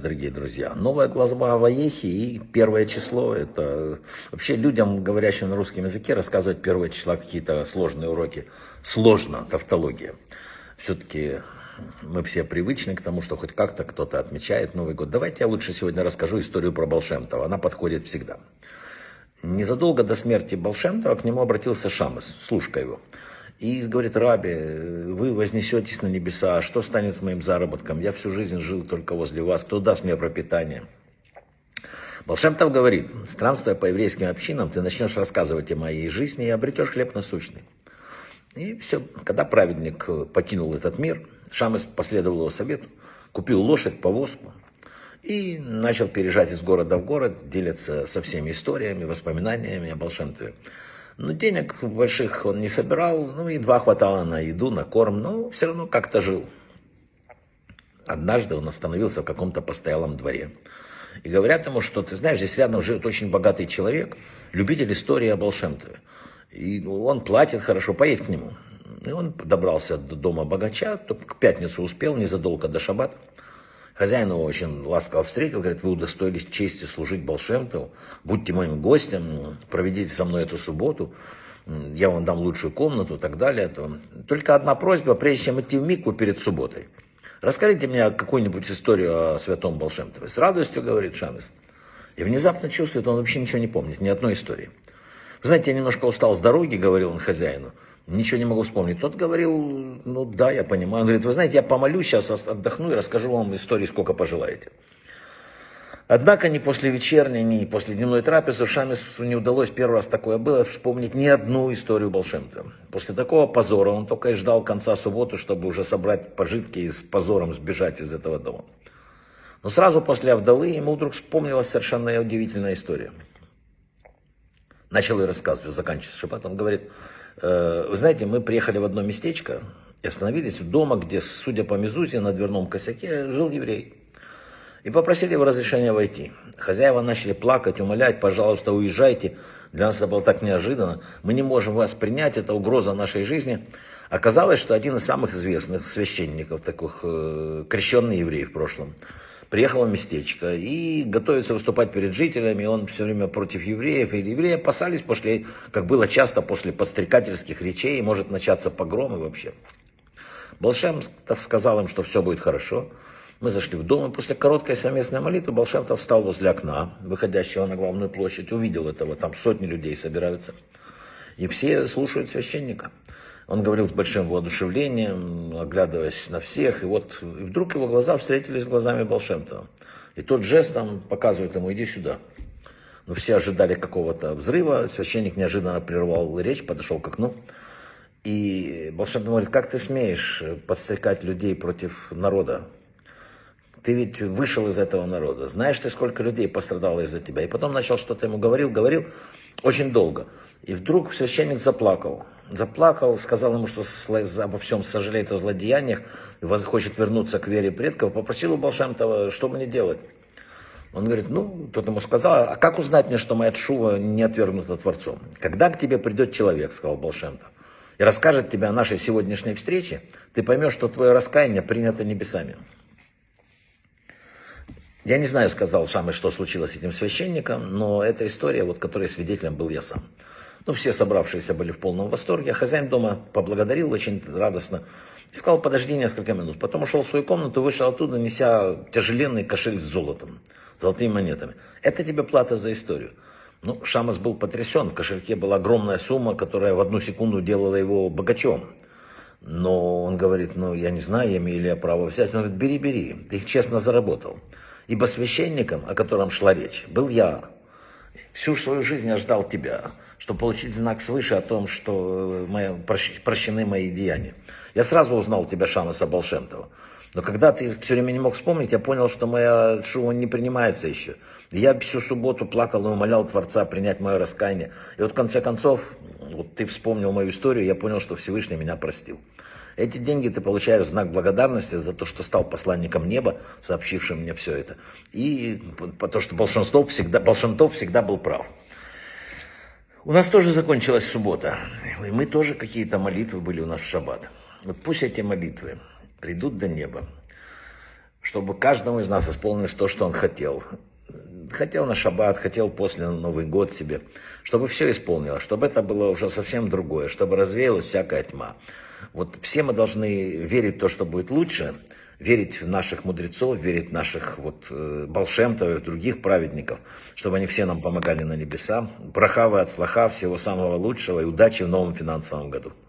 дорогие друзья. Новая глава Ваехи и первое число. Это вообще людям, говорящим на русском языке, рассказывать первое числа какие-то сложные уроки. Сложно, тавтология. Все-таки мы все привычны к тому, что хоть как-то кто-то отмечает Новый год. Давайте я лучше сегодня расскажу историю про Баал Шем Това. Она подходит всегда. Незадолго до смерти Баал Шем Това к нему обратился Шамес, служка его. И говорит: Раби, вы вознесетесь на небеса, что станет с моим заработком? Я всю жизнь жил только возле вас, кто даст мне пропитание? Баал Шем Това говорит: странствуя по еврейским общинам, ты начнешь рассказывать о моей жизни и обретешь хлеб насущный. И все, когда праведник покинул этот мир, Шамес последовал его совету, купил лошадь, повозку и начал переезжать из города в город, делиться со всеми историями, воспоминаниями о Баал Шем Това. Но денег больших он не собирал, едва хватало на еду, на корм, но все равно как-то жил. Однажды он остановился в каком-то постоялом дворе. И говорят ему, что, ты знаешь, здесь рядом живет очень богатый человек, любитель истории о Баал Шем Това. И он платит хорошо, поедь к нему. И он добрался до дома богача, только к пятницу успел, незадолго до шаббата. Хозяин его очень ласково встретил, говорит: вы удостоились чести служить Баал Шем Това, будьте моим гостем, проведите со мной эту субботу, я вам дам лучшую комнату и так далее. Только одна просьба, прежде чем идти в микву перед субботой, расскажите мне какую-нибудь историю о святом Баал Шем Това. С радостью, говорит Шамес. И внезапно чувствует, он вообще ничего не помнит, ни одной истории. Вы знаете, я немножко устал с дороги, говорил он хозяину, ничего не могу вспомнить. Тот говорил: ну да, я понимаю. Он говорит: вы знаете, я помолюсь, сейчас отдохну и расскажу вам истории, сколько пожелаете. Однако ни после вечерней, ни после дневной трапезы Шамесу не удалось, первый раз такое было, вспомнить ни одну историю Баал Шем Това. После такого позора он только и ждал конца субботы, чтобы уже собрать пожитки и с позором сбежать из этого дома. Но сразу после Авдалы ему вдруг вспомнилась совершенно удивительная история. Начал ее рассказывать, заканчивая шаббат. Он говорит: вы знаете, мы приехали в одно местечко и остановились у дома, где, судя по мезузе, на дверном косяке жил еврей. И попросили его разрешения войти. Хозяева начали плакать, умолять: пожалуйста, уезжайте. Для нас это было так неожиданно. Мы не можем вас принять, это угроза нашей жизни. Оказалось, что один из самых известных священников, таких крещенный еврей в прошлом, приехал в местечко и готовится выступать перед жителями. Он все время против евреев. И евреи опасались, после, как было часто после подстрекательских речей, может начаться погром и вообще. Баал Шем Това сказал им, что все будет хорошо. Мы зашли в дом, и после короткой совместной молитвы Баал Шем Това встал возле окна, выходящего на главную площадь, увидел этого, там сотни людей собираются. И все слушают священника. Он говорил с большим воодушевлением, оглядываясь на всех, и вдруг его глаза встретились с глазами Баал Шем Това. И тот жестом показывает ему: иди сюда. Но все ожидали какого-то взрыва, священник неожиданно прервал речь, подошел к окну. И Баал Шем Това говорит: как ты смеешь подстрекать людей против народа? Ты ведь вышел из этого народа, знаешь ты, сколько людей пострадало из-за тебя? И потом начал что-то ему говорил очень долго. И вдруг священник заплакал, сказал ему, что обо всем сожалеет о злодеяниях, и хочет вернуться к вере предков, попросил у Баал Шем Това: что мне делать? Он говорит: тот ему сказал: а как узнать мне, что моя тшува не отвергнута Творцом? Когда к тебе придет человек, сказал Баал Шем Това, и расскажет тебе о нашей сегодняшней встрече, ты поймешь, что твое раскаяние принято небесами. Я не знаю, сказал Шамес, что случилось с этим священником, но эта история, которой свидетелем был я сам. Все собравшиеся были в полном восторге. Хозяин дома поблагодарил очень радостно и сказал: подожди несколько минут. Потом ушел в свою комнату, вышел оттуда, неся тяжеленный кошель с золотом, золотыми монетами. Это тебе плата за историю. Шамес был потрясен. В кошельке была огромная сумма, которая в одну секунду делала его богачом. Но он говорит: я не знаю, имею ли я право взять. Он говорит: бери, ты их честно заработал. Ибо священником, о котором шла речь, был я. Всю свою жизнь я ждал тебя, чтобы получить знак свыше о том, что прощены мои деяния. Я сразу узнал у тебя, Шамеса Баал Шем Това. Но когда ты все время не мог вспомнить, я понял, что моя тшува не принимается еще. И я всю субботу плакал и умолял Творца принять мое раскаяние. И в конце концов, ты вспомнил мою историю, я понял, что Всевышний меня простил. Эти деньги ты получаешь в знак благодарности за то, что стал посланником неба, сообщившим мне все это. И потому что Баал Шем Това всегда был прав. У нас тоже закончилась суббота. И мы тоже какие-то молитвы были у нас в шаббат. Пусть эти молитвы придут до неба. чтобы каждому из нас исполнилось то, что он хотел. Хотел на шаббат, хотел после Новый год себе, чтобы все исполнилось, чтобы это было уже совсем другое, чтобы развеялась всякая тьма. Вот все мы должны верить в то, что будет лучше, верить в наших мудрецов, верить в наших Баал Шем Тов, других праведников, чтобы они все нам помогали на небеса. Браха ва ацлаха, всего самого лучшего и удачи в новом финансовом году.